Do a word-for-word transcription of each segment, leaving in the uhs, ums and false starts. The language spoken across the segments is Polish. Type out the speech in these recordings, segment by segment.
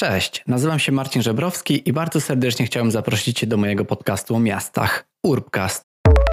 Cześć, nazywam się Marcin Żebrowski i bardzo serdecznie chciałem zaprosić Cię do mojego podcastu o miastach, Urbcast.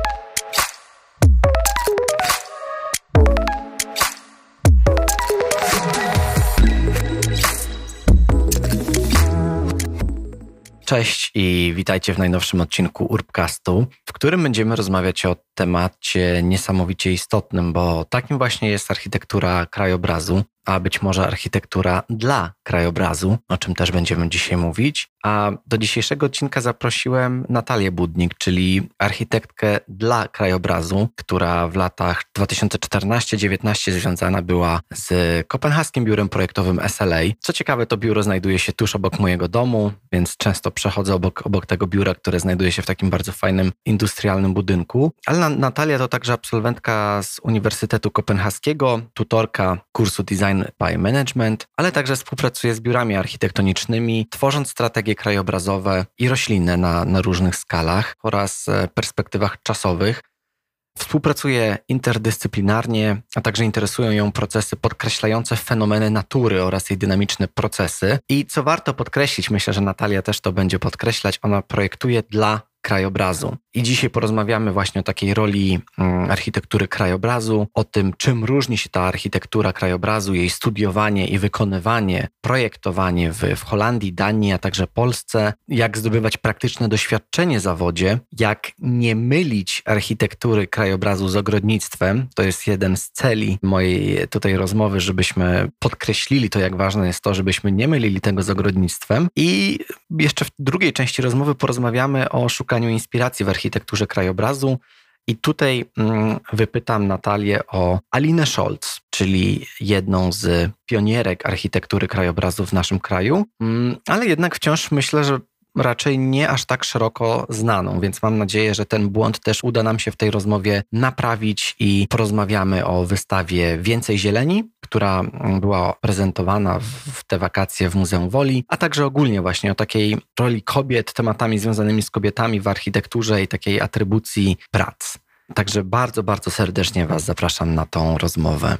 Cześć i witajcie w najnowszym odcinku Urbcastu, w którym będziemy rozmawiać o temacie niesamowicie istotnym, bo takim właśnie jest architektura krajobrazu, a być może architektura dla krajobrazu, o czym też będziemy dzisiaj mówić. A do dzisiejszego odcinka zaprosiłem Natalię Budnik, czyli architektkę dla krajobrazu, która w latach dwa tysiące czternasty do dziewiętnastego związana była z kopenhaskim biurem projektowym S L A. Co ciekawe, to biuro znajduje się tuż obok mojego domu, więc często przechodzę obok, obok tego biura, które znajduje się w takim bardzo fajnym, industrialnym budynku. Ale Natalia to także absolwentka z Uniwersytetu Kopenhaskiego, tutorka kursu Design by Management, ale także współpracuje z biurami architektonicznymi, tworząc strategie krajobrazowe i roślinne na, na różnych skalach oraz perspektywach czasowych. Współpracuje interdyscyplinarnie, a także interesują ją procesy podkreślające fenomeny natury oraz jej dynamiczne procesy. I co warto podkreślić, myślę, że Natalia też to będzie podkreślać, ona projektuje dla krajobrazu. I dzisiaj porozmawiamy właśnie o takiej roli um, architektury krajobrazu, o tym, czym różni się ta architektura krajobrazu, jej studiowanie i wykonywanie, projektowanie w, w Holandii, Danii, a także Polsce, jak zdobywać praktyczne doświadczenie w zawodzie, jak nie mylić architektury krajobrazu z ogrodnictwem. To jest jeden z celi mojej tutaj rozmowy, żebyśmy podkreślili to, jak ważne jest to, żebyśmy nie mylili tego z ogrodnictwem. I jeszcze w drugiej części rozmowy porozmawiamy o szukaniu inspiracji w architekturze krajobrazu i tutaj mm, wypytam Natalię o Alinę Scholz, czyli jedną z pionierek architektury krajobrazu w naszym kraju, mm, ale jednak wciąż myślę, że raczej nie aż tak szeroko znaną, więc mam nadzieję, że ten błąd też uda nam się w tej rozmowie naprawić i porozmawiamy o wystawie Więcej Zieleni, która była prezentowana w te wakacje w Muzeum Woli, a także ogólnie właśnie o takiej roli kobiet, tematami związanymi z kobietami w architekturze i takiej atrybucji prac. Także bardzo, bardzo serdecznie Was zapraszam na tą rozmowę.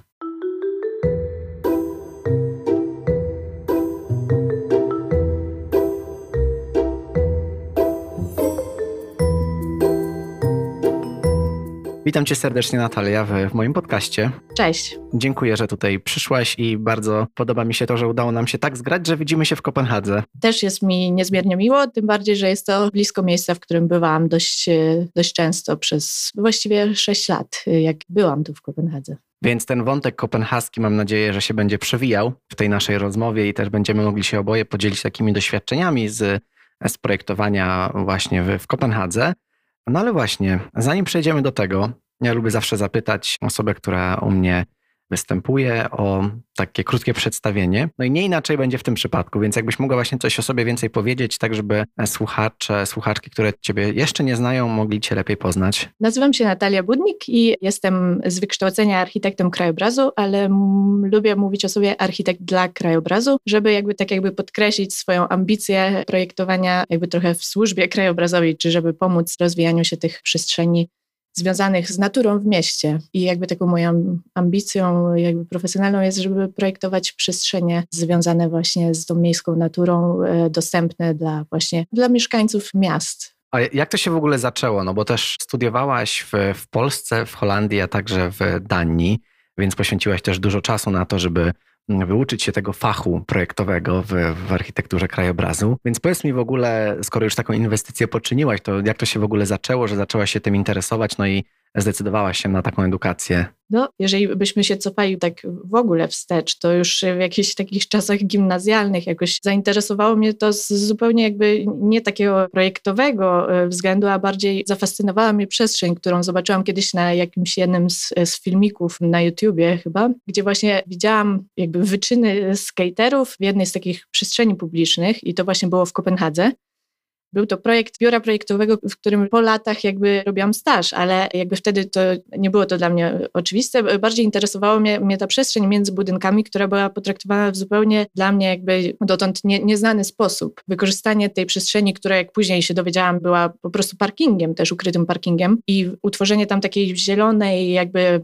Witam Cię serdecznie, Natalia, w, w moim podcaście. Cześć. Dziękuję, że tutaj przyszłaś i bardzo podoba mi się to, że udało nam się tak zgrać, że widzimy się w Kopenhadze. Też jest mi niezmiernie miło, tym bardziej, że jest to blisko miejsca, w którym bywałam dość, dość często przez właściwie sześć lat, jak byłam tu w Kopenhadze. Więc ten wątek kopenhaski mam nadzieję, że się będzie przewijał w tej naszej rozmowie i też będziemy mogli się oboje podzielić takimi doświadczeniami z, z projektowania właśnie w, w Kopenhadze. No ale właśnie, zanim przejdziemy do tego, ja lubię zawsze zapytać osobę, która u mnie występuje, o takie krótkie przedstawienie. No i nie inaczej będzie w tym przypadku, więc jakbyś mogła właśnie coś o sobie więcej powiedzieć, tak żeby słuchacze, słuchaczki, które Ciebie jeszcze nie znają, mogli Cię lepiej poznać. Nazywam się Natalia Budnik i jestem z wykształcenia architektem krajobrazu, ale m- lubię mówić o sobie architekt dla krajobrazu, żeby jakby tak jakby podkreślić swoją ambicję projektowania jakby trochę w służbie krajobrazowej, czy żeby pomóc w rozwijaniu się tych przestrzeni związanych z naturą w mieście. I jakby taką moją ambicją jakby profesjonalną jest, żeby projektować przestrzenie związane właśnie z tą miejską naturą, e, dostępne dla właśnie dla mieszkańców miast. A jak to się w ogóle zaczęło? No bo też studiowałaś w, w Polsce, w Holandii, a także w Danii, więc poświęciłaś też dużo czasu na to, żeby wyuczyć się tego fachu projektowego w, w architekturze krajobrazu. Więc powiedz mi w ogóle, skoro już taką inwestycję poczyniłaś, to jak to się w ogóle zaczęło, że zaczęłaś się tym interesować, no i zdecydowałaś się na taką edukację? No, jeżeli byśmy się cofali tak w ogóle wstecz, to już w jakichś takich czasach gimnazjalnych jakoś zainteresowało mnie to z zupełnie jakby nie takiego projektowego względu, a bardziej zafascynowała mnie przestrzeń, którą zobaczyłam kiedyś na jakimś jednym z, z filmików na YouTubie chyba, gdzie właśnie widziałam jakby wyczyny skaterów w jednej z takich przestrzeni publicznych i to właśnie było w Kopenhadze. Był to projekt biura projektowego, w którym po latach jakby robiłam staż, ale jakby wtedy to nie było to dla mnie oczywiste. Bardziej interesowała mnie, mnie ta przestrzeń między budynkami, która była potraktowana w zupełnie dla mnie jakby dotąd nie, nieznany sposób. Wykorzystanie tej przestrzeni, która jak później się dowiedziałam była po prostu parkingiem, też ukrytym parkingiem i utworzenie tam takiej zielonej jakby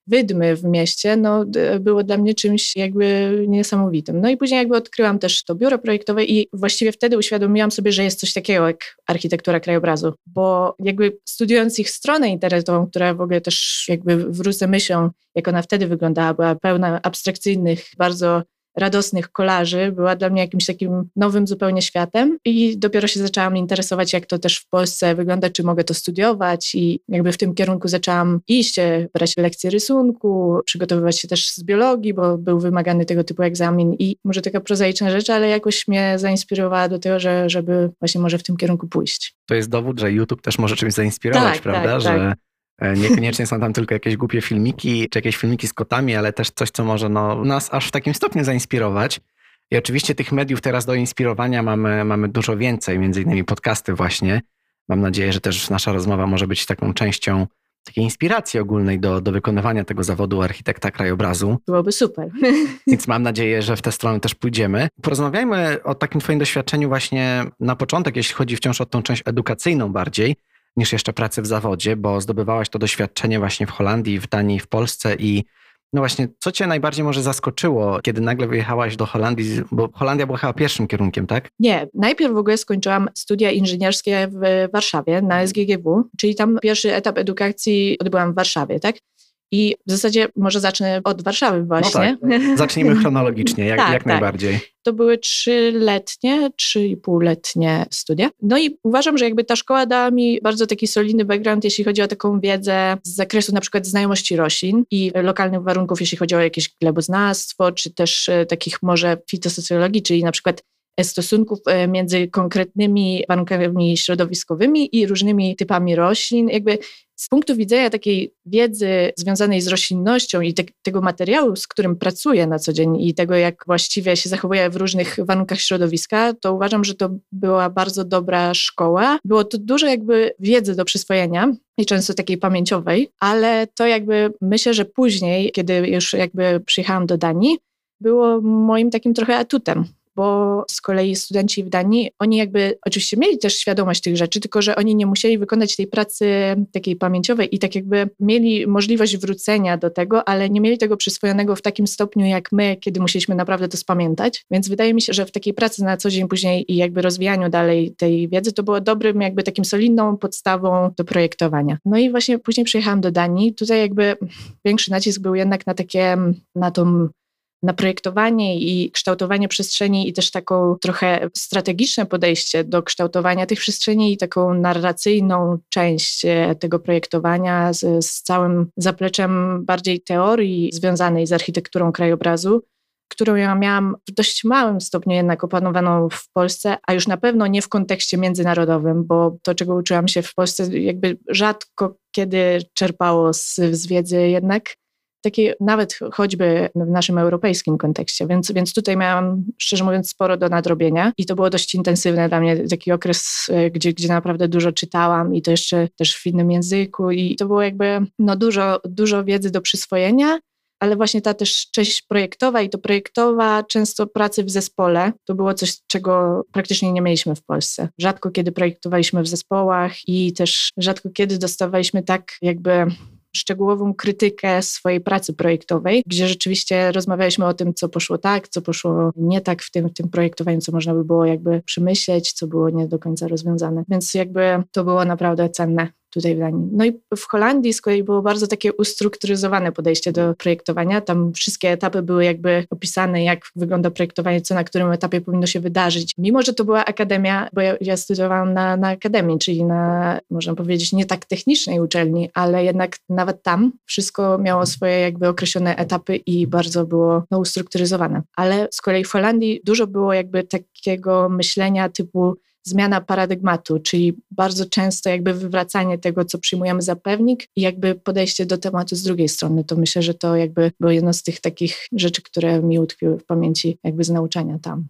wydmy w mieście, no było dla mnie czymś jakby niesamowitym. No i później jakby odkryłam też to biuro projektowe i właściwie wtedy uświadomiłam sobie, że jest coś takiego jak architektura krajobrazu, bo jakby studiując ich stronę internetową, która w ogóle też jakby wrócę myślą, jak ona wtedy wyglądała, była pełna abstrakcyjnych, bardzo radosnych kolaży, była dla mnie jakimś takim nowym zupełnie światem i dopiero się zaczęłam interesować, jak to też w Polsce wygląda, czy mogę to studiować i jakby w tym kierunku zaczęłam iść, brać lekcje rysunku, przygotowywać się też z biologii, bo był wymagany tego typu egzamin i może taka prozaiczna rzecz, ale jakoś mnie zainspirowała do tego, że, żeby właśnie może w tym kierunku pójść. To jest dowód, że YouTube też może czymś zainspirować, tak, prawda? Tak, że tak. Niekoniecznie są tam tylko jakieś głupie filmiki, czy jakieś filmiki z kotami, ale też coś, co może no, nas aż w takim stopniu zainspirować. I oczywiście tych mediów teraz do inspirowania mamy, mamy dużo więcej, między innymi podcasty właśnie. Mam nadzieję, że też nasza rozmowa może być taką częścią takiej inspiracji ogólnej do, do wykonywania tego zawodu architekta krajobrazu. Byłoby super. Więc mam nadzieję, że w tę stronę też pójdziemy. Porozmawiajmy o takim twoim doświadczeniu właśnie na początek, jeśli chodzi wciąż o tą część edukacyjną bardziej, niż jeszcze pracy w zawodzie, bo zdobywałaś to doświadczenie właśnie w Holandii, w Danii, w Polsce i no właśnie, co cię najbardziej może zaskoczyło, kiedy nagle wyjechałaś do Holandii, bo Holandia była chyba pierwszym kierunkiem, tak? Nie, najpierw w ogóle skończyłam studia inżynierskie w Warszawie na S G G W, czyli tam pierwszy etap edukacji odbyłam w Warszawie, tak? I w zasadzie może zacznę od Warszawy właśnie. No tak, zacznijmy chronologicznie, jak, tak, jak tak. najbardziej. To były trzyletnie, trzy i półletnie studia. No i uważam, że jakby ta szkoła dała mi bardzo taki solidny background, jeśli chodzi o taką wiedzę z zakresu na przykład znajomości roślin i lokalnych warunków, jeśli chodzi o jakieś gleboznawstwo, czy też takich może fitosocjologii, czyli na przykład stosunków między konkretnymi warunkami środowiskowymi i różnymi typami roślin. Jakby z punktu widzenia takiej wiedzy związanej z roślinnością i te, tego materiału, z którym pracuję na co dzień i tego, jak właściwie się zachowuje w różnych warunkach środowiska, to uważam, że to była bardzo dobra szkoła. Było to dużo jakby wiedzy do przyswojenia i często takiej pamięciowej, ale to jakby myślę, że później, kiedy już jakby przyjechałam do Danii, było moim takim trochę atutem. Bo z kolei studenci w Danii, oni jakby oczywiście mieli też świadomość tych rzeczy, tylko że oni nie musieli wykonać tej pracy takiej pamięciowej i tak jakby mieli możliwość wrócenia do tego, ale nie mieli tego przyswojonego w takim stopniu jak my, kiedy musieliśmy naprawdę to spamiętać. Więc wydaje mi się, że w takiej pracy na co dzień później i jakby rozwijaniu dalej tej wiedzy, to było dobrym jakby takim solidną podstawą do projektowania. No i właśnie później przyjechałam do Danii. Tutaj jakby większy nacisk był jednak na takie, na tą na projektowanie i kształtowanie przestrzeni i też taką trochę strategiczne podejście do kształtowania tych przestrzeni i taką narracyjną część tego projektowania z, z całym zapleczem bardziej teorii związanej z architekturą krajobrazu, którą ja miałam w dość małym stopniu jednak opanowaną w Polsce, a już na pewno nie w kontekście międzynarodowym, bo to, czego uczyłam się w Polsce, jakby rzadko kiedy czerpało z, z wiedzy jednak takiej nawet choćby w naszym europejskim kontekście, więc, więc tutaj miałam, szczerze mówiąc, sporo do nadrobienia i to było dość intensywne dla mnie, taki okres, gdzie, gdzie naprawdę dużo czytałam i to jeszcze też w innym języku i to było jakby no dużo, dużo wiedzy do przyswojenia, ale właśnie ta też część projektowa i to projektowa często pracy w zespole, to było coś, czego praktycznie nie mieliśmy w Polsce. Rzadko kiedy projektowaliśmy w zespołach i też rzadko kiedy dostawaliśmy tak jakby szczegółową krytykę swojej pracy projektowej, gdzie rzeczywiście rozmawialiśmy o tym, co poszło tak, co poszło nie tak w tym, w tym projektowaniu, co można by było jakby przemyśleć, co było nie do końca rozwiązane. Więc jakby to było naprawdę cenne tutaj w Danii. No i w Holandii z kolei było bardzo takie ustrukturyzowane podejście do projektowania. Tam wszystkie etapy były jakby opisane, jak wygląda projektowanie, co na którym etapie powinno się wydarzyć. Mimo że to była akademia, bo ja, ja studiowałam na, na akademii, czyli na, można powiedzieć, nie tak technicznej uczelni, ale jednak nawet tam wszystko miało swoje jakby określone etapy i bardzo było no, ustrukturyzowane. Ale z kolei w Holandii dużo było jakby takiego myślenia typu zmiana paradygmatu, czyli bardzo często jakby wywracanie tego, co przyjmujemy za pewnik i jakby podejście do tematu z drugiej strony. To myślę, że to jakby było jedno z tych takich rzeczy, które mi utkwiły w pamięci jakby z nauczania tam.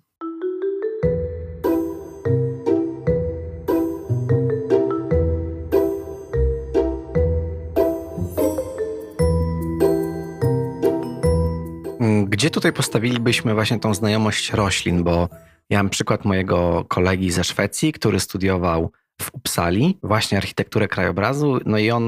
Gdzie tutaj postawilibyśmy właśnie tą znajomość roślin, bo ja mam przykład mojego kolegi ze Szwecji, który studiował w Uppsali właśnie architekturę krajobrazu, no i on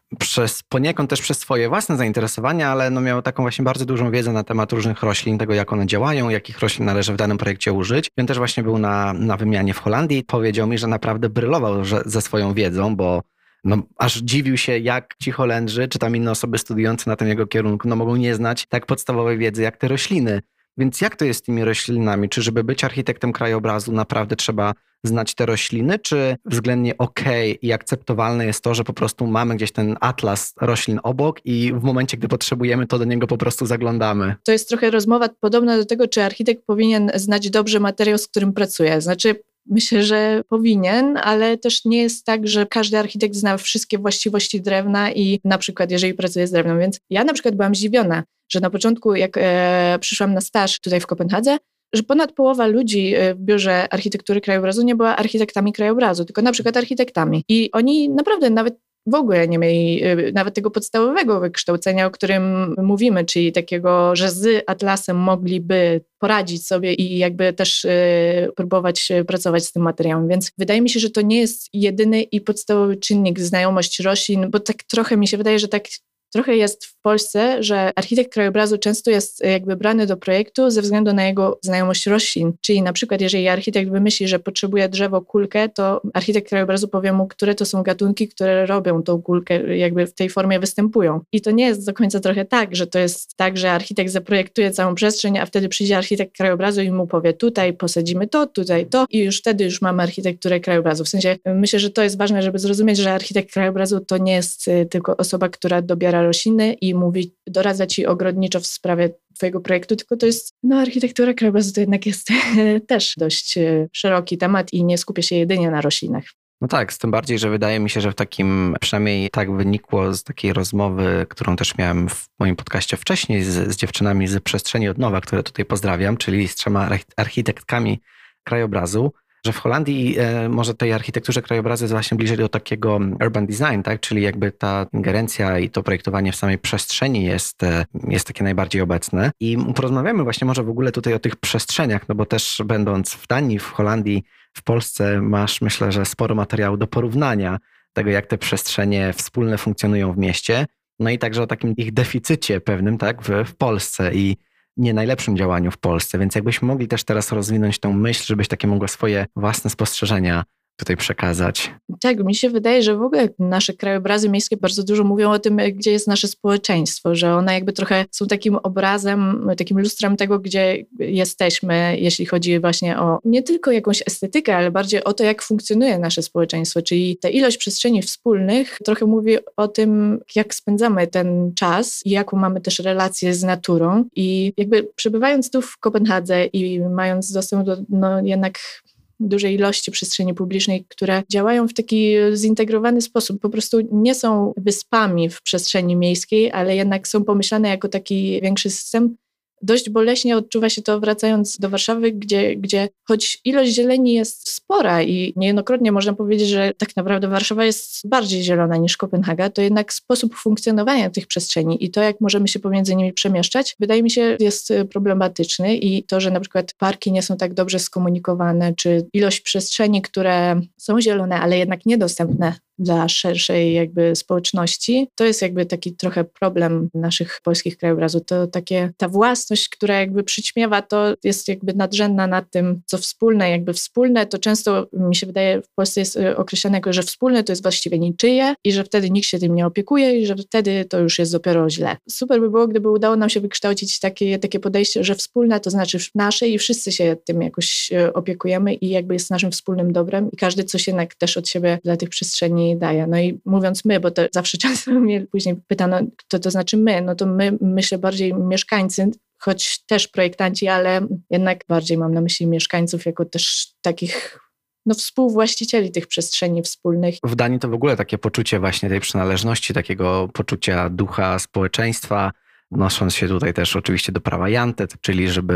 przez poniekąd też przez swoje własne zainteresowania, ale no miał taką właśnie bardzo dużą wiedzę na temat różnych roślin, tego jak one działają, jakich roślin należy w danym projekcie użyć. I on też właśnie był na, na wymianie w Holandii i powiedział mi, że naprawdę brylował że, ze swoją wiedzą, bo no, aż dziwił się, jak ci Holendrzy, czy tam inne osoby studiujące na tym jego kierunku, no mogą nie znać tak podstawowej wiedzy jak te rośliny. Więc jak to jest z tymi roślinami? Czy żeby być architektem krajobrazu naprawdę trzeba znać te rośliny, czy względnie okej i akceptowalne jest to, że po prostu mamy gdzieś ten atlas roślin obok i w momencie, gdy potrzebujemy, to do niego po prostu zaglądamy? To jest trochę rozmowa podobna do tego, czy architekt powinien znać dobrze materiał, z którym pracuje. Znaczy, myślę, że powinien, ale też nie jest tak, że każdy architekt zna wszystkie właściwości drewna i na przykład jeżeli pracuje z drewnem. Więc ja na przykład byłam zdziwiona, że na początku jak e, przyszłam na staż tutaj w Kopenhadze, że ponad połowa ludzi w biurze architektury krajobrazu nie była architektami krajobrazu, tylko na przykład architektami. I oni naprawdę nawet w ogóle nie mieli nawet tego podstawowego wykształcenia, o którym mówimy, czyli takiego, że z atlasem mogliby poradzić sobie i jakby też y, próbować pracować z tym materiałem. Więc wydaje mi się, że to nie jest jedyny i podstawowy czynnik znajomość roślin, bo tak trochę mi się wydaje, że tak trochę jest w Polsce, że architekt krajobrazu często jest jakby brany do projektu ze względu na jego znajomość roślin. Czyli na przykład jeżeli architekt wymyśli, że potrzebuje drzewo kulkę, to architekt krajobrazu powie mu, które to są gatunki, które robią tą kulkę, jakby w tej formie występują. I to nie jest do końca trochę tak, że to jest tak, że architekt zaprojektuje całą przestrzeń, a wtedy przyjdzie architekt krajobrazu i mu powie tutaj posadzimy to, tutaj to i już wtedy już mamy architekturę krajobrazu. W sensie myślę, że to jest ważne, żeby zrozumieć, że architekt krajobrazu to nie jest tylko osoba, która dobiera rośliny i mówi, doradza ci ogrodniczo w sprawie twojego projektu, tylko to jest, no architektura krajobrazu to jednak jest też dość szeroki temat i nie skupia się jedynie na roślinach. No tak, z tym bardziej, że wydaje mi się, że w takim, przynajmniej tak wynikło z takiej rozmowy, którą też miałem w moim podcaście wcześniej z, z dziewczynami z Przestrzeni od Nowa, które tutaj pozdrawiam, czyli z trzema architektkami krajobrazu, że w Holandii e, może tej architekturze krajobrazu jest właśnie bliżej do takiego urban design, tak? Czyli jakby ta ingerencja i to projektowanie w samej przestrzeni jest, e, jest takie najbardziej obecne. I porozmawiamy właśnie może w ogóle tutaj o tych przestrzeniach, no bo też będąc w Danii, w Holandii, w Polsce masz, myślę, że sporo materiału do porównania tego, jak te przestrzenie wspólne funkcjonują w mieście, no i także o takim ich deficycie pewnym, tak, w, w Polsce i nie najlepszym działaniu w Polsce, więc jakbyśmy mogli też teraz rozwinąć tą myśl, żebyś takie mogła swoje własne spostrzeżenia tutaj przekazać. Tak, mi się wydaje, że w ogóle nasze krajobrazy miejskie bardzo dużo mówią o tym, gdzie jest nasze społeczeństwo, że one jakby trochę są takim obrazem, takim lustrem tego, gdzie jesteśmy, jeśli chodzi właśnie o nie tylko jakąś estetykę, ale bardziej o to, jak funkcjonuje nasze społeczeństwo, czyli ta ilość przestrzeni wspólnych trochę mówi o tym, jak spędzamy ten czas i jaką mamy też relację z naturą i jakby przebywając tu w Kopenhadze i mając dostęp do no jednak dużej ilości przestrzeni publicznej, które działają w taki zintegrowany sposób. Po prostu nie są wyspami w przestrzeni miejskiej, ale jednak są pomyślane jako taki większy system. Dość boleśnie odczuwa się to wracając do Warszawy, gdzie, gdzie choć ilość zieleni jest spora i niejednokrotnie można powiedzieć, że tak naprawdę Warszawa jest bardziej zielona niż Kopenhaga, to jednak sposób funkcjonowania tych przestrzeni i to, jak możemy się pomiędzy nimi przemieszczać, wydaje mi się, jest problematyczny i to, że na przykład parki nie są tak dobrze skomunikowane, czy ilość przestrzeni, które są zielone, ale jednak niedostępne dla szerszej jakby społeczności. To jest jakby taki trochę problem naszych polskich krajobrazów. To takie, ta własność, która jakby przyćmiewa, to jest jakby nadrzędna nad tym, co wspólne. Jakby wspólne to często mi się wydaje w Polsce jest określane jako, że wspólne to jest właściwie niczyje i że wtedy nikt się tym nie opiekuje i że wtedy to już jest dopiero źle. Super by było, gdyby udało nam się wykształcić takie, takie podejście, że wspólne to znaczy nasze i wszyscy się tym jakoś opiekujemy i jakby jest naszym wspólnym dobrem i każdy coś jednak też od siebie dla tych przestrzeni daje. No i mówiąc my, bo to zawsze często mnie później pytano, kto to znaczy my, no to my myślę bardziej mieszkańcy, choć też projektanci, ale jednak bardziej mam na myśli mieszkańców jako też takich no, współwłaścicieli tych przestrzeni wspólnych. W Danii to w ogóle takie poczucie właśnie tej przynależności, takiego poczucia ducha społeczeństwa, nosząc się tutaj też oczywiście do prawa Jantet, czyli żeby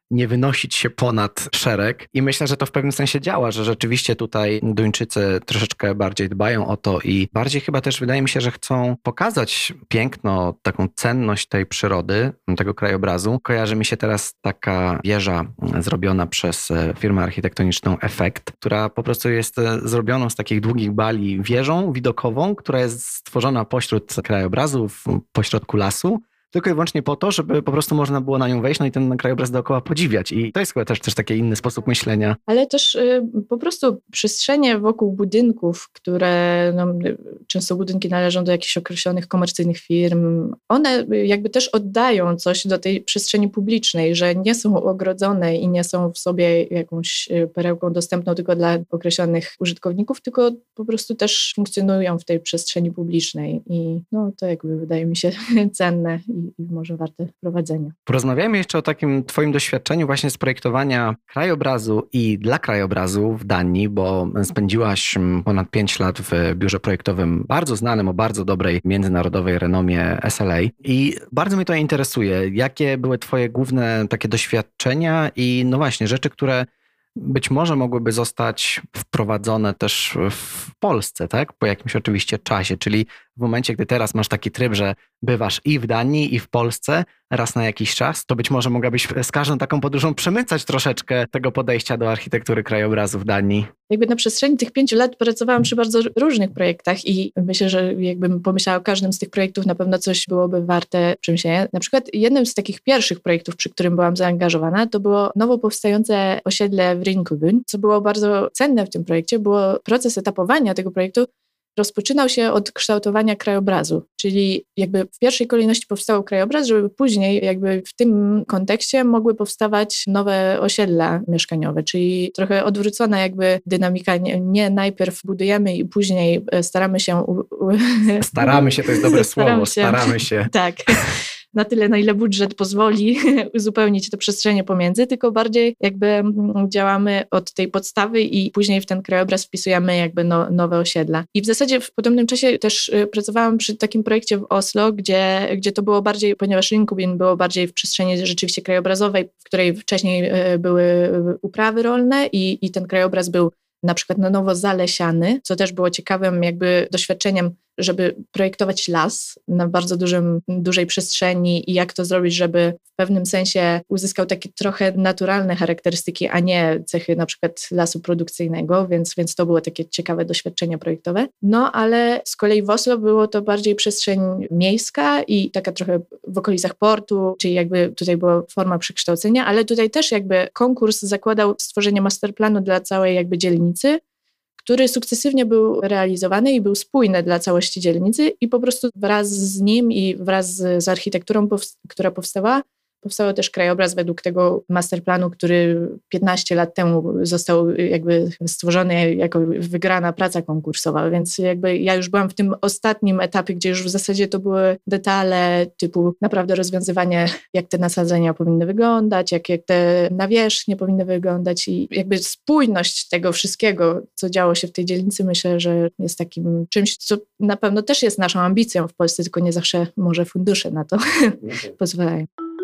nie wynosić się ponad szereg. I myślę, że to w pewnym sensie działa, że rzeczywiście tutaj Duńczycy troszeczkę bardziej dbają o to i bardziej chyba też wydaje mi się, że chcą pokazać piękno, taką cenność tej przyrody, tego krajobrazu. Kojarzy mi się teraz taka wieża zrobiona przez firmę architektoniczną Effect, która po prostu jest zrobioną z takich długich bali wieżą widokową, która jest stworzona pośród krajobrazu, w pośrodku lasu, tylko i wyłącznie po to, żeby po prostu można było na nią wejść, no i ten krajobraz dookoła podziwiać. I to jest chyba też, też taki inny sposób myślenia. Ale też y, po prostu przestrzenie wokół budynków, które no, często budynki należą do jakichś określonych komercyjnych firm, one jakby też oddają coś do tej przestrzeni publicznej, że nie są ogrodzone i nie są w sobie jakąś perełką dostępną tylko dla określonych użytkowników, tylko po prostu też funkcjonują w tej przestrzeni publicznej. I no, to jakby wydaje mi się cenne i może warte wprowadzenia. Porozmawiajmy jeszcze o takim twoim doświadczeniu właśnie z projektowania krajobrazu i dla krajobrazu w Danii, bo spędziłaś ponad pięć lat w biurze projektowym bardzo znanym, o bardzo dobrej międzynarodowej renomie S L A. I bardzo mnie to interesuje, jakie były twoje główne takie doświadczenia i no właśnie rzeczy, które być może mogłyby zostać wprowadzone też w Polsce, tak? Po jakimś oczywiście czasie, czyli w momencie, gdy teraz masz taki tryb, że bywasz i w Danii, i w Polsce raz na jakiś czas, to być może mogłabyś z każdą taką podróżą przemycać troszeczkę tego podejścia do architektury krajobrazu w Danii. Jakby na przestrzeni tych pięciu lat pracowałam przy bardzo różnych projektach i myślę, że jakbym pomyślała o każdym z tych projektów, na pewno coś byłoby warte przemyślenia. Na przykład jednym z takich pierwszych projektów, przy którym byłam zaangażowana, to było nowo powstające osiedle w Rinkeby. Co było bardzo cenne w tym projekcie, było proces etapowania tego projektu rozpoczynał się od kształtowania krajobrazu, czyli jakby w pierwszej kolejności powstał krajobraz, żeby później jakby w tym kontekście mogły powstawać nowe osiedla mieszkaniowe, czyli trochę odwrócona jakby dynamika, nie, nie najpierw budujemy i później staramy się... U, u, staramy się, to jest dobre staramy słowo, się, staramy się. Tak. Na tyle, na ile budżet pozwoli uzupełnić te przestrzenie pomiędzy, tylko bardziej jakby działamy od tej podstawy i później w ten krajobraz wpisujemy jakby no, nowe osiedla. I w zasadzie w podobnym czasie też pracowałam przy takim projekcie w Oslo, gdzie, gdzie to było bardziej, ponieważ Rinkeby było bardziej w przestrzeni rzeczywiście krajobrazowej, w której wcześniej były uprawy rolne i, i ten krajobraz był na przykład na nowo zalesiany, co też było ciekawym jakby doświadczeniem, żeby projektować las na bardzo dużym, dużej przestrzeni i jak to zrobić, żeby w pewnym sensie uzyskał takie trochę naturalne charakterystyki, a nie cechy na przykład lasu produkcyjnego, więc, więc to było takie ciekawe doświadczenie projektowe. No ale z kolei w Oslo było to bardziej przestrzeń miejska i taka trochę w okolicach portu, czyli jakby tutaj była forma przekształcenia, ale tutaj też jakby konkurs zakładał stworzenie masterplanu dla całej jakby dzielnicy, który sukcesywnie był realizowany i był spójny dla całości dzielnicy i po prostu wraz z nim i wraz z, z architekturą, powst- która powstała, powstał też krajobraz według tego masterplanu, który piętnaście lat temu został jakby stworzony jako wygrana praca konkursowa, więc jakby ja już byłam w tym ostatnim etapie, gdzie już w zasadzie to były detale typu naprawdę rozwiązywanie, jak te nasadzenia powinny wyglądać, jak, jak te nawierzchnie powinny wyglądać i jakby spójność tego wszystkiego, co działo się w tej dzielnicy, myślę, że jest takim czymś, co na pewno też jest naszą ambicją w Polsce, tylko nie zawsze może fundusze na to pozwalają.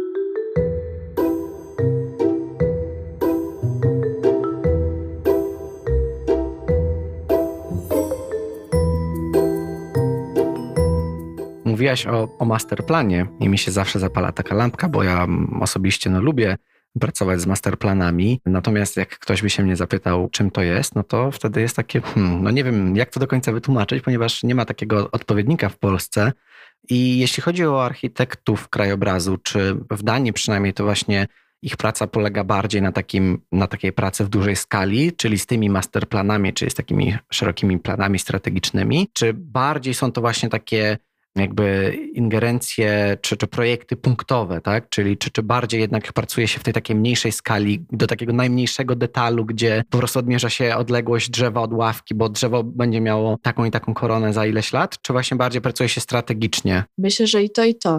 Mówiłaś o, o masterplanie i mi się zawsze zapala taka lampka, bo ja osobiście no, lubię pracować z masterplanami, natomiast jak ktoś by się mnie zapytał, czym to jest, no to wtedy jest takie, hmm, no nie wiem, jak to do końca wytłumaczyć, ponieważ nie ma takiego odpowiednika w Polsce. I jeśli chodzi o architektów krajobrazu, czy w Danii przynajmniej, to właśnie ich praca polega bardziej na, takim, na takiej pracy w dużej skali, czyli z tymi masterplanami, czyli z takimi szerokimi planami strategicznymi, czy bardziej są to właśnie takie jakby ingerencje czy, czy projekty punktowe, tak? Czyli czy, czy bardziej jednak pracuje się w tej takiej mniejszej skali do takiego najmniejszego detalu, gdzie po prostu odmierza się odległość drzewa od ławki, bo drzewo będzie miało taką i taką koronę za ileś lat, czy właśnie bardziej pracuje się strategicznie? Myślę, że i to, i to.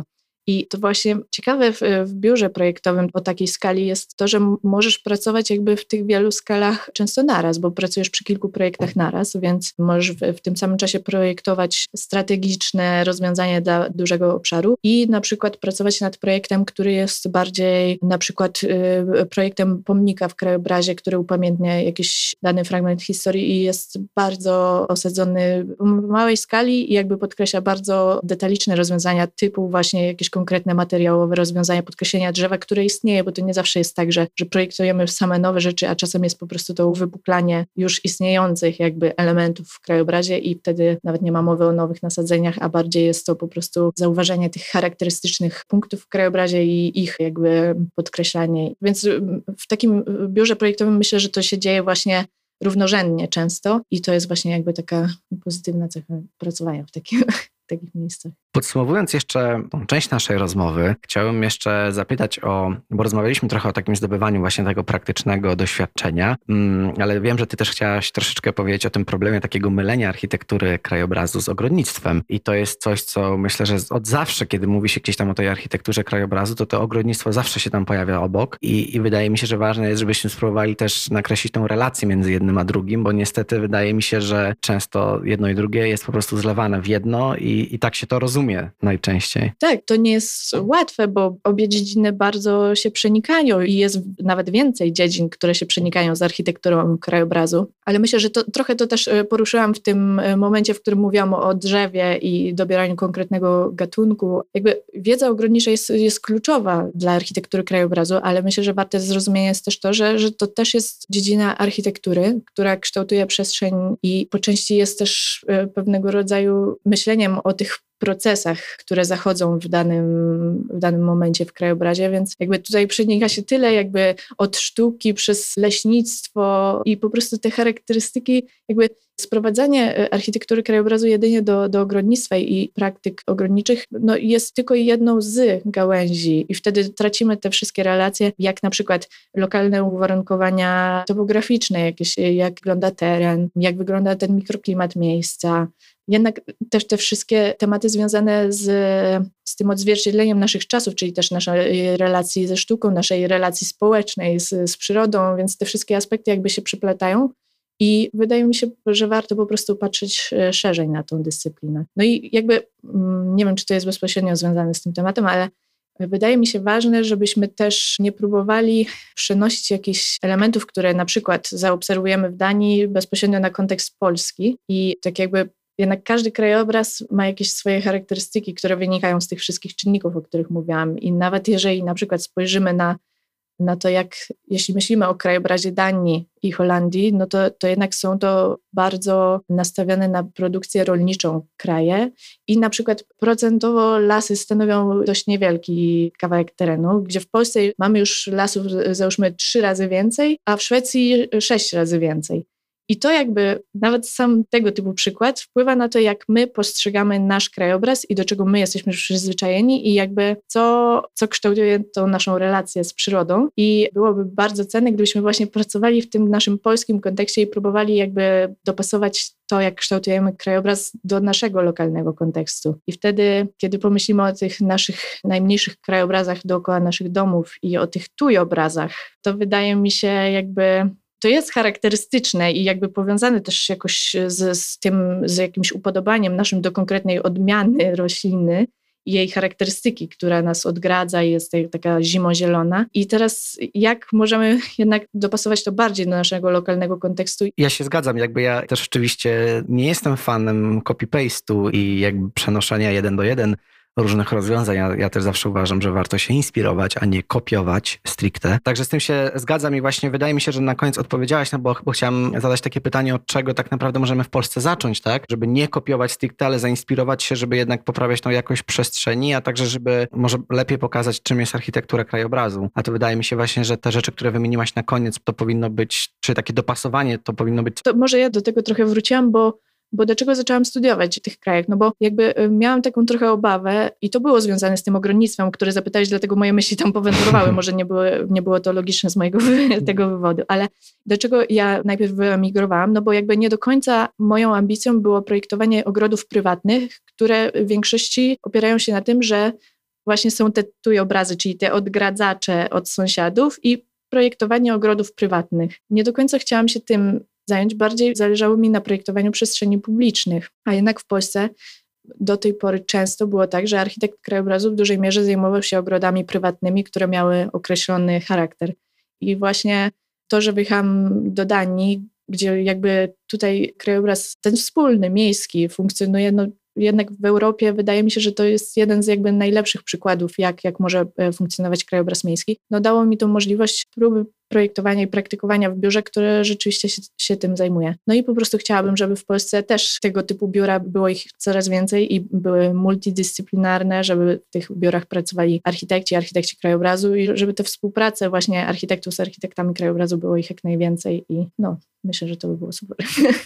I to właśnie ciekawe w, w biurze projektowym o takiej skali jest to, że m- możesz pracować jakby w tych wielu skalach często naraz, bo pracujesz przy kilku projektach naraz, więc możesz w, w tym samym czasie projektować strategiczne rozwiązania dla dużego obszaru i na przykład pracować nad projektem, który jest bardziej na przykład y, projektem pomnika w krajobrazie, który upamiętnia jakiś dany fragment historii i jest bardzo osadzony w małej skali i jakby podkreśla bardzo detaliczne rozwiązania typu właśnie jakieś konkretne materiałowe rozwiązania, podkreślenia drzewa, które istnieje, bo to nie zawsze jest tak, że, że projektujemy same nowe rzeczy, a czasem jest po prostu to uwypuklanie już istniejących jakby elementów w krajobrazie i wtedy nawet nie ma mowy o nowych nasadzeniach, a bardziej jest to po prostu zauważenie tych charakterystycznych punktów w krajobrazie i ich jakby podkreślanie. Więc w takim biurze projektowym myślę, że to się dzieje właśnie równorzędnie często i to jest właśnie jakby taka pozytywna cecha pracowania w takim, w takich miejscach. Podsumowując jeszcze tą część naszej rozmowy, chciałbym jeszcze zapytać o, bo rozmawialiśmy trochę o takim zdobywaniu właśnie tego praktycznego doświadczenia, ale wiem, że ty też chciałaś troszeczkę powiedzieć o tym problemie takiego mylenia architektury krajobrazu z ogrodnictwem i to jest coś, co myślę, że od zawsze, kiedy mówi się gdzieś tam o tej architekturze krajobrazu, to to ogrodnictwo zawsze się tam pojawia obok i, i wydaje mi się, że ważne jest, żebyśmy spróbowali też nakreślić tą relację między jednym a drugim, bo niestety wydaje mi się, że często jedno i drugie jest po prostu zlewane w jedno i, i tak się to rozumie najczęściej. Tak, to nie jest łatwe, bo obie dziedziny bardzo się przenikają i jest nawet więcej dziedzin, które się przenikają z architekturą krajobrazu. Ale myślę, że to, trochę to też poruszyłam w tym momencie, w którym mówiłam o drzewie i dobieraniu konkretnego gatunku. Jakby wiedza ogrodnicza jest, jest kluczowa dla architektury krajobrazu, ale myślę, że warte zrozumienia jest też to, że, że to też jest dziedzina architektury, która kształtuje przestrzeń i po części jest też pewnego rodzaju myśleniem o tych procesach, które zachodzą w danym, w danym momencie w krajobrazie, więc jakby tutaj przenika się tyle jakby od sztuki przez leśnictwo i po prostu te charakterystyki, jakby sprowadzanie architektury krajobrazu jedynie do, do ogrodnictwa i praktyk ogrodniczych no jest tylko jedną z gałęzi i wtedy tracimy te wszystkie relacje, jak na przykład lokalne uwarunkowania topograficzne, jakieś, jak wygląda teren, jak wygląda ten mikroklimat miejsca. Jednak też te wszystkie tematy związane z, z tym odzwierciedleniem naszych czasów, czyli też naszej relacji ze sztuką, naszej relacji społecznej z, z przyrodą, więc te wszystkie aspekty jakby się przyplatają i wydaje mi się, że warto po prostu patrzeć szerzej na tą dyscyplinę. No i jakby, nie wiem, czy to jest bezpośrednio związane z tym tematem, ale wydaje mi się ważne, żebyśmy też nie próbowali przenosić jakichś elementów, które na przykład zaobserwujemy w Danii bezpośrednio na kontekst polski i tak jakby jednak każdy krajobraz ma jakieś swoje charakterystyki, które wynikają z tych wszystkich czynników, o których mówiłam. I nawet jeżeli na przykład spojrzymy na, na to, jak jeśli myślimy o krajobrazie Danii i Holandii, no to, to jednak są to bardzo nastawione na produkcję rolniczą kraje i na przykład procentowo lasy stanowią dość niewielki kawałek terenu, gdzie w Polsce mamy już lasów załóżmy trzy razy więcej, a w Szwecji sześć razy więcej. I to jakby nawet sam tego typu przykład wpływa na to, jak my postrzegamy nasz krajobraz i do czego my jesteśmy przyzwyczajeni i jakby co, co kształtuje tą naszą relację z przyrodą. I byłoby bardzo cenne, gdybyśmy właśnie pracowali w tym naszym polskim kontekście i próbowali jakby dopasować to, jak kształtujemy krajobraz do naszego lokalnego kontekstu. I wtedy, kiedy pomyślimy o tych naszych najmniejszych krajobrazach dookoła naszych domów i o tych tujobrazach, to wydaje mi się jakby to jest charakterystyczne i jakby powiązane też jakoś z, z tym, z jakimś upodobaniem naszym do konkretnej odmiany rośliny i jej charakterystyki, która nas odgradza i jest taka zimozielona. I teraz jak możemy jednak dopasować to bardziej do naszego lokalnego kontekstu? Ja się zgadzam, jakby ja też oczywiście nie jestem fanem copy-paste'u i jakby przenoszenia jeden do jeden różnych rozwiązań. Ja, ja też zawsze uważam, że warto się inspirować, a nie kopiować stricte. Także z tym się zgadzam i właśnie wydaje mi się, że na koniec odpowiedziałaś, no bo, bo chciałam zadać takie pytanie, od czego tak naprawdę możemy w Polsce zacząć, tak? Żeby nie kopiować stricte, ale zainspirować się, żeby jednak poprawiać tą jakość przestrzeni, a także żeby może lepiej pokazać, czym jest architektura krajobrazu. A to wydaje mi się właśnie, że te rzeczy, które wymieniłaś na koniec, to powinno być, czy takie dopasowanie, to powinno być... To może ja do tego trochę wróciłam, bo Bo dlaczego zaczęłam studiować w tych krajach? No bo jakby miałam taką trochę obawę i to było związane z tym ogrodnictwem, które zapytałeś, dlatego moje myśli tam powędrowały. Może nie było, nie było to logiczne z mojego tego wywodu, ale dlaczego ja najpierw wyemigrowałam? No bo jakby nie do końca moją ambicją było projektowanie ogrodów prywatnych, które w większości opierają się na tym, że właśnie są te tujobrazy, czyli te odgradzacze od sąsiadów i projektowanie ogrodów prywatnych. Nie do końca chciałam się tym zająć, bardziej zależało mi na projektowaniu przestrzeni publicznych, a jednak w Polsce do tej pory często było tak, że architekt krajobrazu w dużej mierze zajmował się ogrodami prywatnymi, które miały określony charakter. I właśnie to, że wyjechałam do Danii, gdzie jakby tutaj krajobraz ten wspólny, miejski funkcjonuje, no jednak w Europie wydaje mi się, że to jest jeden z jakby najlepszych przykładów, jak, jak może funkcjonować krajobraz miejski. No dało mi tą możliwość próby projektowania i praktykowania w biurze, które rzeczywiście się, się tym zajmuje. No i po prostu chciałabym, żeby w Polsce też tego typu biura było ich coraz więcej i były multidyscyplinarne, żeby w tych biurach pracowali architekci, architekci krajobrazu i żeby te współprace właśnie architektów z architektami krajobrazu było ich jak najwięcej i no, myślę, że to by było super.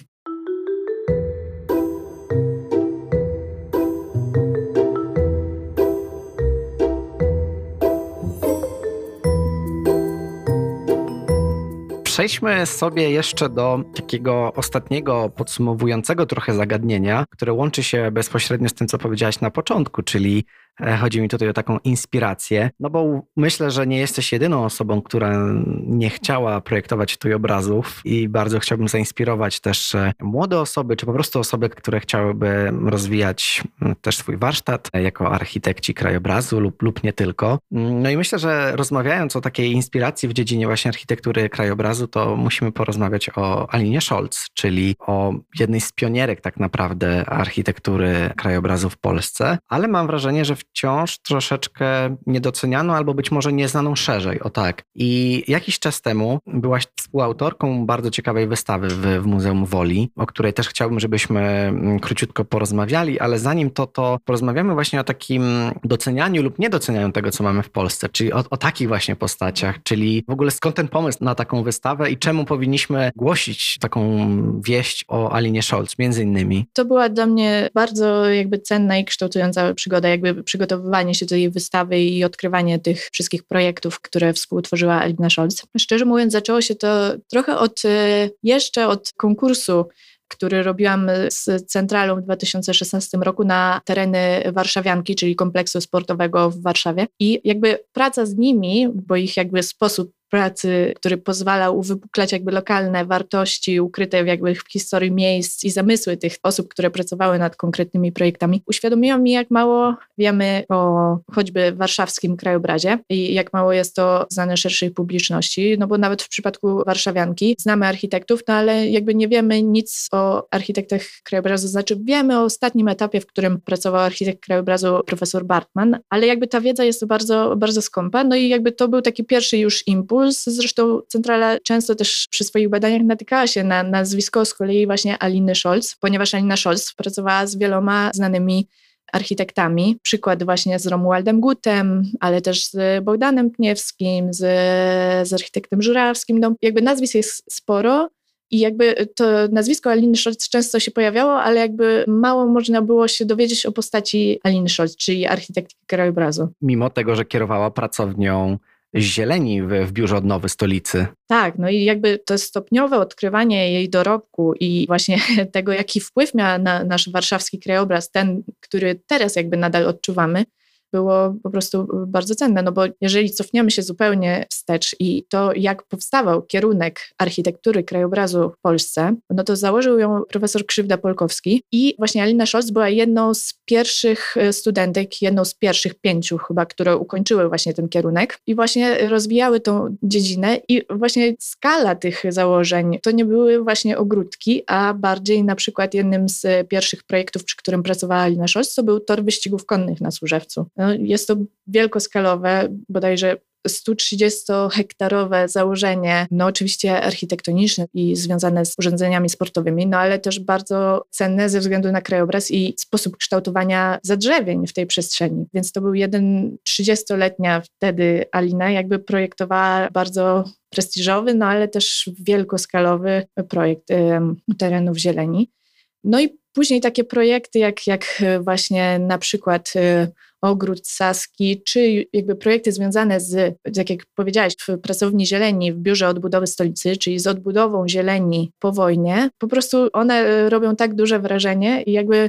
Przejdźmy sobie jeszcze do takiego ostatniego, podsumowującego trochę zagadnienia, które łączy się bezpośrednio z tym, co powiedziałaś na początku, czyli chodzi mi tutaj o taką inspirację, no bo myślę, że nie jesteś jedyną osobą, która nie chciała projektować tujobrazów i bardzo chciałbym zainspirować też młode osoby, czy po prostu osoby, które chciałyby rozwijać też swój warsztat jako architekci krajobrazu lub, lub nie tylko. No i myślę, że rozmawiając o takiej inspiracji w dziedzinie właśnie architektury krajobrazu, to musimy porozmawiać o Alinie Scholz, czyli o jednej z pionierek tak naprawdę architektury krajobrazu w Polsce, ale mam wrażenie, że wciąż troszeczkę niedocenianą albo być może nieznaną szerzej, o tak. I jakiś czas temu byłaś współautorką bardzo ciekawej wystawy w, w Muzeum Woli, o której też chciałbym, żebyśmy króciutko porozmawiali, ale zanim to, to porozmawiamy właśnie o takim docenianiu lub niedocenianiu tego, co mamy w Polsce, czyli o, o takich właśnie postaciach, czyli w ogóle skąd ten pomysł na taką wystawę i czemu powinniśmy głosić taką wieść o Alinie Scholz, między innymi. To była dla mnie bardzo jakby cenna i kształtująca przygoda, jakby przygotowywanie się do jej wystawy i odkrywanie tych wszystkich projektów, które współtworzyła Alina Scholz. Szczerze mówiąc, zaczęło się to trochę od, jeszcze od konkursu, który robiłam z Centralą w dwa tysiące szesnastym roku na tereny Warszawianki, czyli kompleksu sportowego w Warszawie. I jakby praca z nimi, bo ich jakby sposób pracy, który pozwalał uwypuklać jakby lokalne wartości ukryte jakby w historii miejsc i zamysły tych osób, które pracowały nad konkretnymi projektami, uświadomiło mi, jak mało wiemy o choćby warszawskim krajobrazie i jak mało jest to znane szerszej publiczności, no bo nawet w przypadku Warszawianki znamy architektów, no ale jakby nie wiemy nic o architektach krajobrazu, znaczy wiemy o ostatnim etapie, w którym pracował architekt krajobrazu profesor Bartman, ale jakby ta wiedza jest bardzo, bardzo skąpa, no i jakby to był taki pierwszy już impuls. Zresztą Centrala często też przy swoich badaniach natykała się na nazwisko z kolei właśnie Aliny Scholz, ponieważ Alina Scholz pracowała z wieloma znanymi architektami. Przykład właśnie z Romualdem Gutem, ale też z Bogdanem Pniewskim, z, z architektem Żurawskim. No, jakby nazwisk jest sporo i jakby to nazwisko Aliny Scholz często się pojawiało, ale jakby mało można było się dowiedzieć o postaci Aliny Scholz, czyli architektki krajobrazu. Mimo tego, że kierowała pracownią zieleni w, w Biurze Odnowy Stolicy. Tak, no i jakby to stopniowe odkrywanie jej dorobku i właśnie tego, jaki wpływ miała na nasz warszawski krajobraz, ten, który teraz jakby nadal odczuwamy, było po prostu bardzo cenne, no bo jeżeli cofniemy się zupełnie wstecz i to, jak powstawał kierunek architektury krajobrazu w Polsce, no to założył ją profesor Krzywda-Polkowski i właśnie Alina Scholz była jedną z pierwszych studentek, jedną z pierwszych pięciu chyba, które ukończyły właśnie ten kierunek i właśnie rozwijały tą dziedzinę i właśnie skala tych założeń to nie były właśnie ogródki, a bardziej na przykład jednym z pierwszych projektów, przy którym pracowała Alina Scholz, to był tor wyścigów konnych na Służewcu. No, jest to wielkoskalowe, bodajże sto trzydziestohektarowe założenie, no oczywiście architektoniczne i związane z urządzeniami sportowymi, no ale też bardzo cenne ze względu na krajobraz i sposób kształtowania zadrzewień w tej przestrzeni. Więc to był jeden trzydziestoletnia wtedy Alina, jakby projektowała bardzo prestiżowy, no ale też wielkoskalowy projekt y, terenów zieleni. No i później takie projekty jak, jak właśnie na przykład y, Ogród Saski, czy jakby projekty związane z, tak jak powiedziałaś, w Pracowni Zieleni w Biurze Odbudowy Stolicy, czyli z odbudową zieleni po wojnie, po prostu one robią tak duże wrażenie i jakby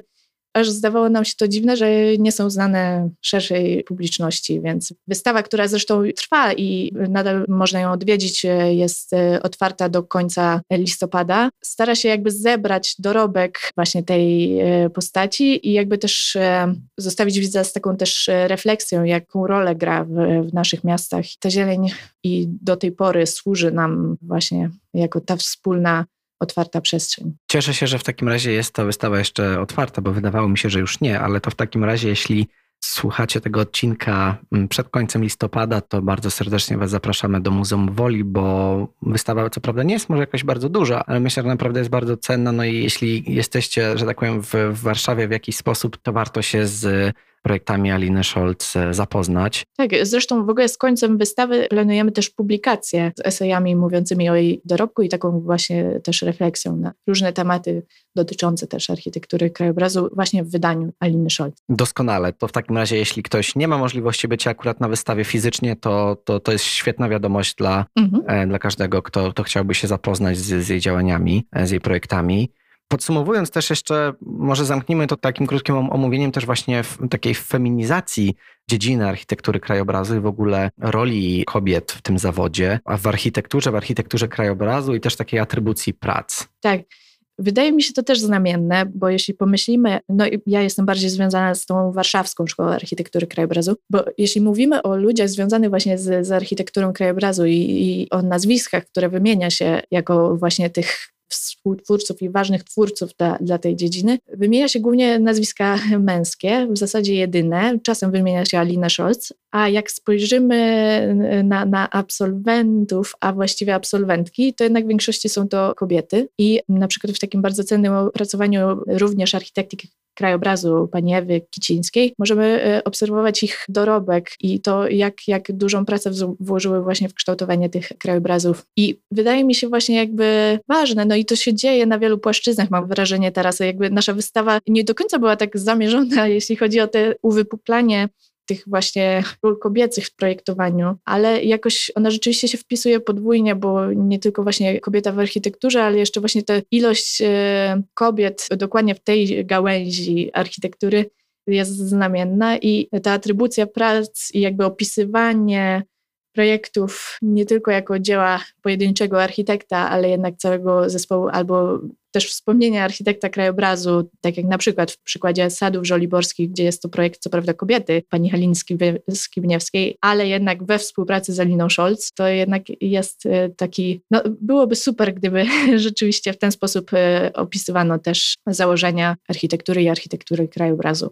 aż zdawało nam się to dziwne, że nie są znane szerszej publiczności, więc wystawa, która zresztą trwa i nadal można ją odwiedzić, jest otwarta do końca listopada. Stara się jakby zebrać dorobek właśnie tej postaci i jakby też zostawić widza z taką też refleksją, jaką rolę gra w, w naszych miastach. Ta zieleń i do tej pory służy nam właśnie jako ta wspólna otwarta przestrzeń. Cieszę się, że w takim razie jest ta wystawa jeszcze otwarta, bo wydawało mi się, że już nie, ale to w takim razie, jeśli słuchacie tego odcinka przed końcem listopada, to bardzo serdecznie Was zapraszamy do Muzeum Woli, bo wystawa co prawda nie jest może jakaś bardzo duża, ale myślę, że naprawdę jest bardzo cenna. No i jeśli jesteście, że tak powiem, w, w Warszawie w jakiś sposób, to warto się z projektami Aliny Scholz zapoznać. Tak, zresztą w ogóle z końcem wystawy planujemy też publikację z esejami mówiącymi o jej dorobku i taką właśnie też refleksją na różne tematy dotyczące też architektury krajobrazu właśnie w wydaniu Aliny Scholz. Doskonale. To w takim razie, jeśli ktoś nie ma możliwości bycia akurat na wystawie fizycznie, to to, to jest świetna wiadomość dla, mhm. dla każdego, kto, kto chciałby się zapoznać z, z jej działaniami, z jej projektami. Podsumowując też jeszcze, może zamknijmy to takim krótkim omówieniem też właśnie w takiej feminizacji dziedziny architektury krajobrazu i w ogóle roli kobiet w tym zawodzie, a w architekturze, w architekturze krajobrazu i też takiej atrybucji prac. Tak. Wydaje mi się to też znamienne, bo jeśli pomyślimy, no ja jestem bardziej związana z tą warszawską szkołą architektury krajobrazu, bo jeśli mówimy o ludziach związanych właśnie z, z architekturą krajobrazu i, i o nazwiskach, które wymienia się jako właśnie tych współtwórców i ważnych twórców dla, dla tej dziedziny, wymienia się głównie nazwiska męskie, w zasadzie jedyne. Czasem wymienia się Alina Scholz, a jak spojrzymy na, na absolwentów, a właściwie absolwentki, to jednak w większości są to kobiety. I na przykład w takim bardzo cennym opracowaniu również architektyki krajobrazu pani Ewy Kicińskiej możemy obserwować ich dorobek i to, jak, jak dużą pracę włożyły właśnie w kształtowanie tych krajobrazów. I wydaje mi się właśnie jakby ważne, no i to się dzieje na wielu płaszczyznach, mam wrażenie teraz, jakby nasza wystawa nie do końca była tak zamierzona, jeśli chodzi o te uwypuklanie tych właśnie ról kobiecych w projektowaniu, ale jakoś ona rzeczywiście się wpisuje podwójnie, bo nie tylko właśnie kobieta w architekturze, ale jeszcze właśnie ta ilość kobiet dokładnie w tej gałęzi architektury jest znamienna i ta atrybucja prac i jakby opisywanie projektów nie tylko jako dzieła pojedynczego architekta, ale jednak całego zespołu albo też wspomnienia architekta krajobrazu, tak jak na przykład w przykładzie Sadów Żoliborskich, gdzie jest to projekt co prawda kobiety, pani Haliny Skibniewskiej, ale jednak we współpracy z Aliną Scholz, to jednak jest taki, no byłoby super, gdyby rzeczywiście w ten sposób opisywano też założenia architektury i architektury krajobrazu.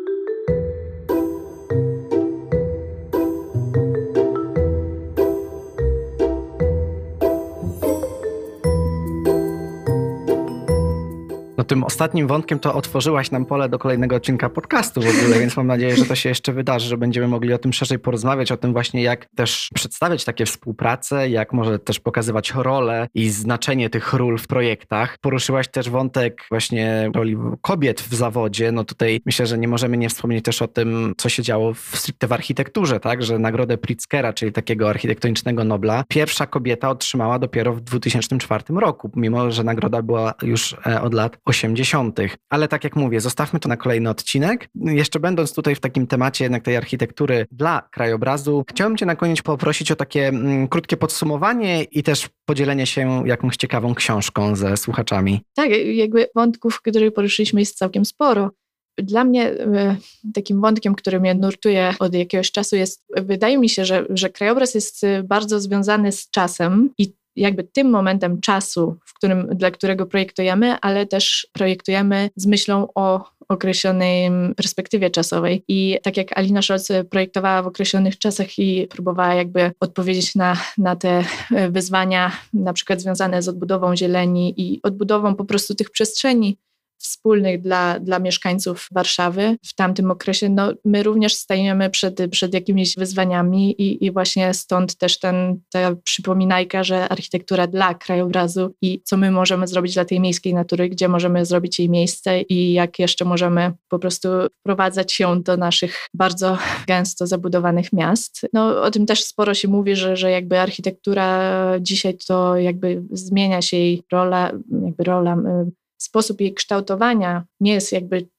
No tym ostatnim wątkiem to otworzyłaś nam pole do kolejnego odcinka podcastu w ogóle, więc mam nadzieję, że to się jeszcze wydarzy, że będziemy mogli o tym szerzej porozmawiać, o tym właśnie jak też przedstawiać takie współprace, jak może też pokazywać rolę i znaczenie tych ról w projektach. Poruszyłaś też wątek właśnie roli kobiet w zawodzie. No tutaj myślę, że nie możemy nie wspomnieć też o tym, co się działo w stricte w architekturze, tak, że nagrodę Pritzkera, czyli takiego architektonicznego Nobla, pierwsza kobieta otrzymała dopiero w dwutysięcznym czwartym roku, mimo że nagroda była już od lat osiemdziesiątych. Ale tak jak mówię, zostawmy to na kolejny odcinek. Jeszcze będąc tutaj w takim temacie jednak tej architektury dla krajobrazu, chciałbym Cię na koniec poprosić o takie mm, krótkie podsumowanie i też podzielenie się jakąś ciekawą książką ze słuchaczami. Tak, jakby wątków, które poruszyliśmy, jest całkiem sporo. Dla mnie y, takim wątkiem, który mnie nurtuje od jakiegoś czasu jest, wydaje mi się, że, że krajobraz jest bardzo związany z czasem i jakby tym momentem czasu, w którym, dla którego projektujemy, ale też projektujemy z myślą o określonej perspektywie czasowej. I tak jak Alina Scholz projektowała w określonych czasach i próbowała jakby odpowiedzieć na, na te wyzwania, na przykład związane z odbudową zieleni i odbudową po prostu tych przestrzeni wspólnych dla, dla mieszkańców Warszawy w tamtym okresie, no my również stajemy przed, przed jakimiś wyzwaniami i, i właśnie stąd też ten, ta przypominajka, że architektura dla krajobrazu i co my możemy zrobić dla tej miejskiej natury, gdzie możemy zrobić jej miejsce i jak jeszcze możemy po prostu wprowadzać ją do naszych bardzo gęsto zabudowanych miast. No o tym też sporo się mówi, że, że jakby architektura dzisiaj to jakby zmienia się jej rola, jakby rola sposób jej kształtowania nie jest jakby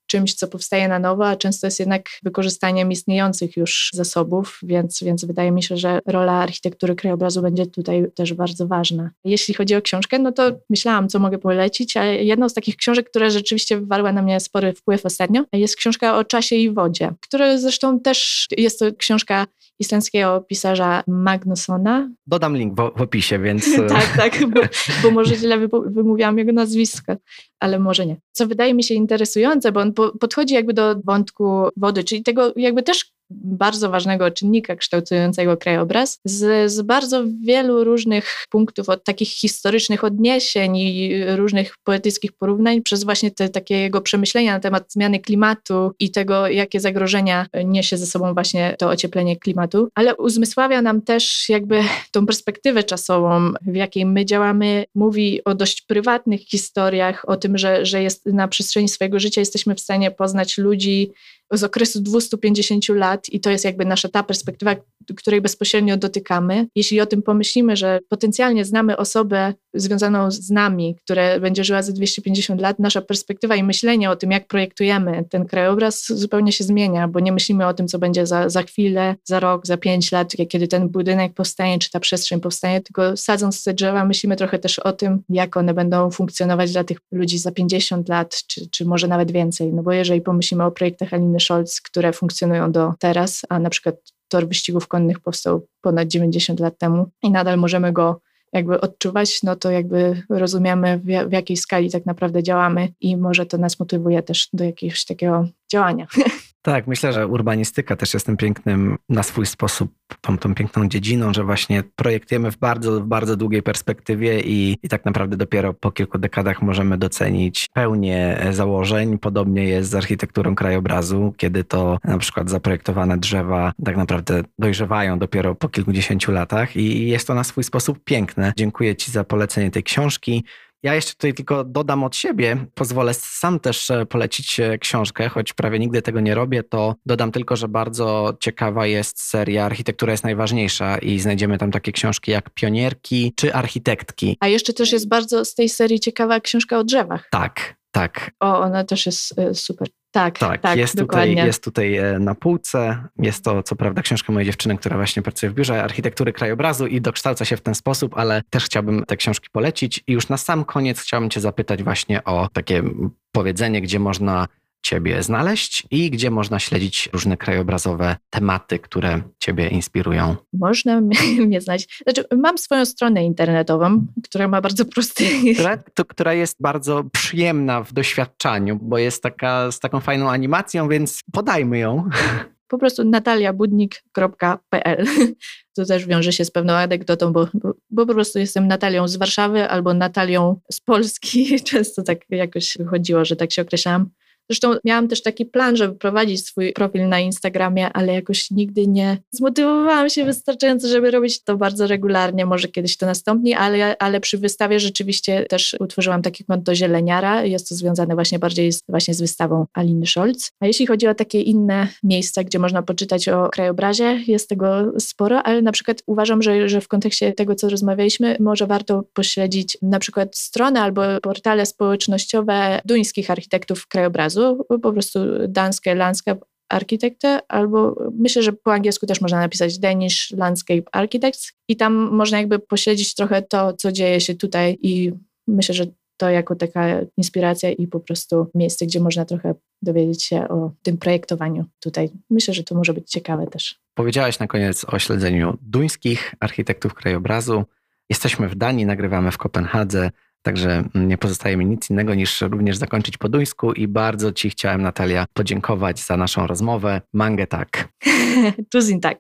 czymś, co powstaje na nowo, a często jest jednak wykorzystaniem istniejących już zasobów, więc, więc wydaje mi się, że rola architektury krajobrazu będzie tutaj też bardzo ważna. Jeśli chodzi o książkę, no to myślałam, co mogę polecić, a jedną z takich książek, która rzeczywiście wywarła na mnie spory wpływ ostatnio, jest książka o czasie i wodzie, która zresztą też jest to książka islandzkiego pisarza Magnussona. Dodam link w, w opisie, więc... tak, tak, bo, bo może źle wymówiłam jego nazwisko, ale może nie. Co wydaje mi się interesujące, bo on po, podchodzi jakby do wątku wody, czyli tego jakby też bardzo ważnego czynnika kształtującego krajobraz z, z bardzo wielu różnych punktów, od takich historycznych odniesień i różnych poetyckich porównań, przez właśnie te takie jego przemyślenia na temat zmiany klimatu i tego, jakie zagrożenia niesie ze sobą właśnie to ocieplenie klimatu, ale uzmysławia nam też jakby tą perspektywę czasową, w jakiej my działamy. Mówi o dość prywatnych historiach, o tym, że, że jest na przestrzeni swojego życia jesteśmy w stanie poznać ludzi z okresu dwieście pięćdziesiąt lat i to jest jakby nasza ta perspektywa, której bezpośrednio dotykamy. Jeśli o tym pomyślimy, że potencjalnie znamy osobę związaną z nami, która będzie żyła za dwieście pięćdziesiąt lat, nasza perspektywa i myślenie o tym, jak projektujemy ten krajobraz, zupełnie się zmienia, bo nie myślimy o tym, co będzie za, za chwilę, za rok, za pięć lat, kiedy ten budynek powstanie, czy ta przestrzeń powstanie, tylko sadząc te drzewa, myślimy trochę też o tym, jak one będą funkcjonować dla tych ludzi za pięćdziesiąt lat, czy, czy może nawet więcej. No bo jeżeli pomyślimy o projektach Aliny Scholz, które funkcjonują do teraz, a na przykład tor wyścigów konnych powstał ponad dziewięćdziesiąt lat temu i nadal możemy go jakby odczuwać, no to jakby rozumiemy, w, w jakiej skali tak naprawdę działamy i może to nas motywuje też do jakiegoś takiego działania. Tak, myślę, że urbanistyka też jest tym pięknym, na swój sposób, tą, tą piękną dziedziną, że właśnie projektujemy w bardzo, w bardzo długiej perspektywie i, i tak naprawdę dopiero po kilku dekadach możemy docenić pełnię założeń. Podobnie jest z architekturą krajobrazu, kiedy to na przykład zaprojektowane drzewa tak naprawdę dojrzewają dopiero po kilkudziesięciu latach i jest to na swój sposób piękne. Dziękuję Ci za polecenie tej książki. Ja jeszcze tutaj tylko dodam od siebie, pozwolę sam też polecić książkę, choć prawie nigdy tego nie robię, to dodam tylko, że bardzo ciekawa jest seria Architektura jest najważniejsza i znajdziemy tam takie książki jak Pionierki czy Architektki. A jeszcze też jest bardzo z tej serii ciekawa książka o drzewach. Tak, tak. O, ona też jest super. Tak, tak, tak, jest, dokładnie. Tutaj, jest tutaj na półce. Jest to co prawda książka mojej dziewczyny, która właśnie pracuje w biurze architektury krajobrazu i dokształca się w ten sposób, ale też chciałbym te książki polecić. I już na sam koniec chciałbym Cię zapytać właśnie o takie powiedzenie, gdzie można Ciebie znaleźć i gdzie można śledzić różne krajobrazowe tematy, które Ciebie inspirują. Można mnie znaleźć. Znaczy, mam swoją stronę internetową, która ma bardzo prosty... Która, to, która jest bardzo przyjemna w doświadczaniu, bo jest taka z taką fajną animacją, więc podajmy ją. Po prostu natalia budnik kropka p l. To też wiąże się z pewną anegdotą, bo, bo, bo po prostu jestem Natalią z Warszawy albo Natalią z Polski. Często tak jakoś wychodziło, że tak się określałam. Zresztą miałam też taki plan, żeby prowadzić swój profil na Instagramie, ale jakoś nigdy nie zmotywowałam się wystarczająco, żeby robić to bardzo regularnie. Może kiedyś to nastąpi, ale, ale przy wystawie rzeczywiście też utworzyłam takie konto Zieleniara. Jest to związane właśnie bardziej z, właśnie z wystawą Aliny Scholz. A jeśli chodzi o takie inne miejsca, gdzie można poczytać o krajobrazie, jest tego sporo, ale na przykład uważam, że, że w kontekście tego, co rozmawialiśmy, może warto pośledzić na przykład strony albo portale społecznościowe duńskich architektów krajobrazu, po prostu Danske Landscape Architecte, albo myślę, że po angielsku też można napisać Danish Landscape Architects i tam można jakby pośledzić trochę to, co dzieje się tutaj i myślę, że to jako taka inspiracja i po prostu miejsce, gdzie można trochę dowiedzieć się o tym projektowaniu tutaj. Myślę, że to może być ciekawe też. Powiedziałaś na koniec o śledzeniu duńskich architektów krajobrazu. Jesteśmy w Danii, nagrywamy w Kopenhadze. Także nie pozostaje mi nic innego niż również zakończyć po duńsku i bardzo Ci chciałem, Natalia, podziękować za naszą rozmowę. Mange tak. Tusen tak.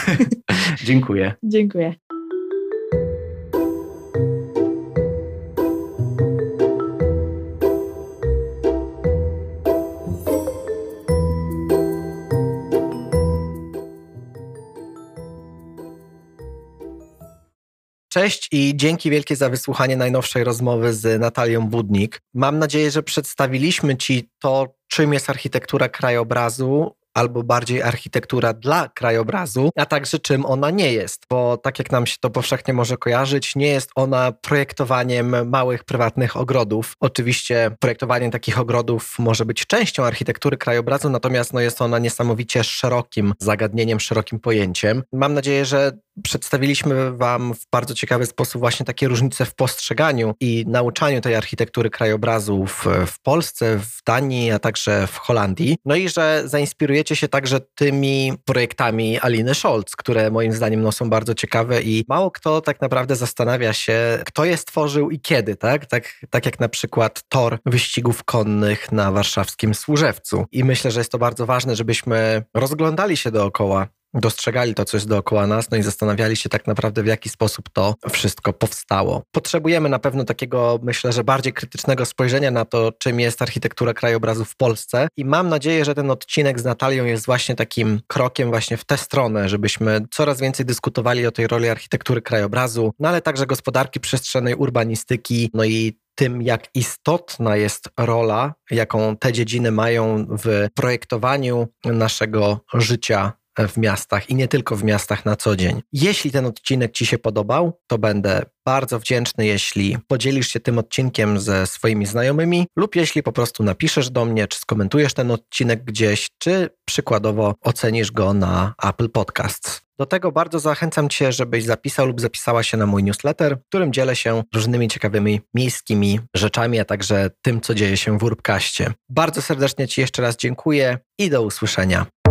Dziękuję. Dziękuję. Cześć i dzięki wielkie za wysłuchanie najnowszej rozmowy z Natalią Budnik. Mam nadzieję, że przedstawiliśmy Ci to, czym jest architektura krajobrazu albo bardziej architektura dla krajobrazu, a także czym ona nie jest, bo tak jak nam się to powszechnie może kojarzyć, nie jest ona projektowaniem małych, prywatnych ogrodów. Oczywiście projektowanie takich ogrodów może być częścią architektury krajobrazu, natomiast no, jest ona niesamowicie szerokim zagadnieniem, szerokim pojęciem. Mam nadzieję, że przedstawiliśmy Wam w bardzo ciekawy sposób właśnie takie różnice w postrzeganiu i nauczaniu tej architektury krajobrazu w, w Polsce, w Danii, a także w Holandii. No i że zainspirujecie się także tymi projektami Aliny Scholz, które moim zdaniem no, są bardzo ciekawe i mało kto tak naprawdę zastanawia się, kto je stworzył i kiedy, tak? Tak, tak jak na przykład tor wyścigów konnych na warszawskim Służewcu. I myślę, że jest to bardzo ważne, żebyśmy rozglądali się dookoła, dostrzegali to, co jest dookoła nas, no i zastanawiali się tak naprawdę, w jaki sposób to wszystko powstało. Potrzebujemy na pewno takiego, myślę, że bardziej krytycznego spojrzenia na to, czym jest architektura krajobrazu w Polsce i mam nadzieję, że ten odcinek z Natalią jest właśnie takim krokiem właśnie w tę stronę, żebyśmy coraz więcej dyskutowali o tej roli architektury krajobrazu, no ale także gospodarki przestrzennej, urbanistyki, no i tym, jak istotna jest rola, jaką te dziedziny mają w projektowaniu naszego życia w miastach i nie tylko w miastach na co dzień. Jeśli ten odcinek Ci się podobał, to będę bardzo wdzięczny, jeśli podzielisz się tym odcinkiem ze swoimi znajomymi lub jeśli po prostu napiszesz do mnie, czy skomentujesz ten odcinek gdzieś, czy przykładowo ocenisz go na Apple Podcasts. Do tego bardzo zachęcam Cię, żebyś zapisał lub zapisała się na mój newsletter, w którym dzielę się różnymi ciekawymi miejskimi rzeczami, a także tym, co dzieje się w Urbcaście. Bardzo serdecznie Ci jeszcze raz dziękuję i do usłyszenia.